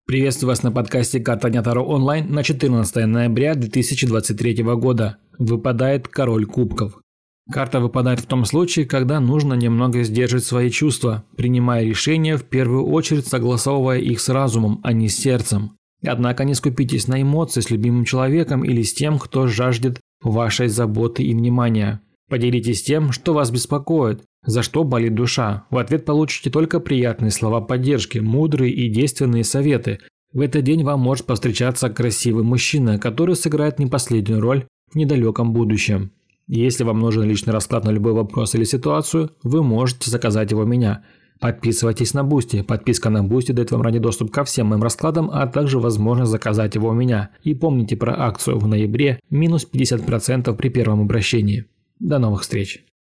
Приветствую вас на подкасте «Карта Дня Таро онлайн» на 14 ноября 2023 года. Выпадает Король Кубков. Карта выпадает в том случае, когда нужно немного сдерживать свои чувства, принимая решения в первую очередь согласовывая их с разумом, а не с сердцем. Однако не скупитесь на эмоции с любимым человеком или с тем, кто жаждет вашей заботы и внимания. Поделитесь тем, что вас беспокоит, за что болит душа. В ответ получите только приятные слова поддержки, мудрые и действенные советы. В этот день вам может повстречаться красивый мужчина, который сыграет не последнюю роль в недалеком будущем. Если вам нужен личный расклад на любой вопрос или ситуацию, вы можете заказать его у меня. Подписывайтесь на Boosty. Подписка на Boosty дает вам ранний доступ ко всем моим раскладам, а также возможность заказать его у меня. И помните про акцию в ноябре – минус 50% при первом обращении. До новых встреч!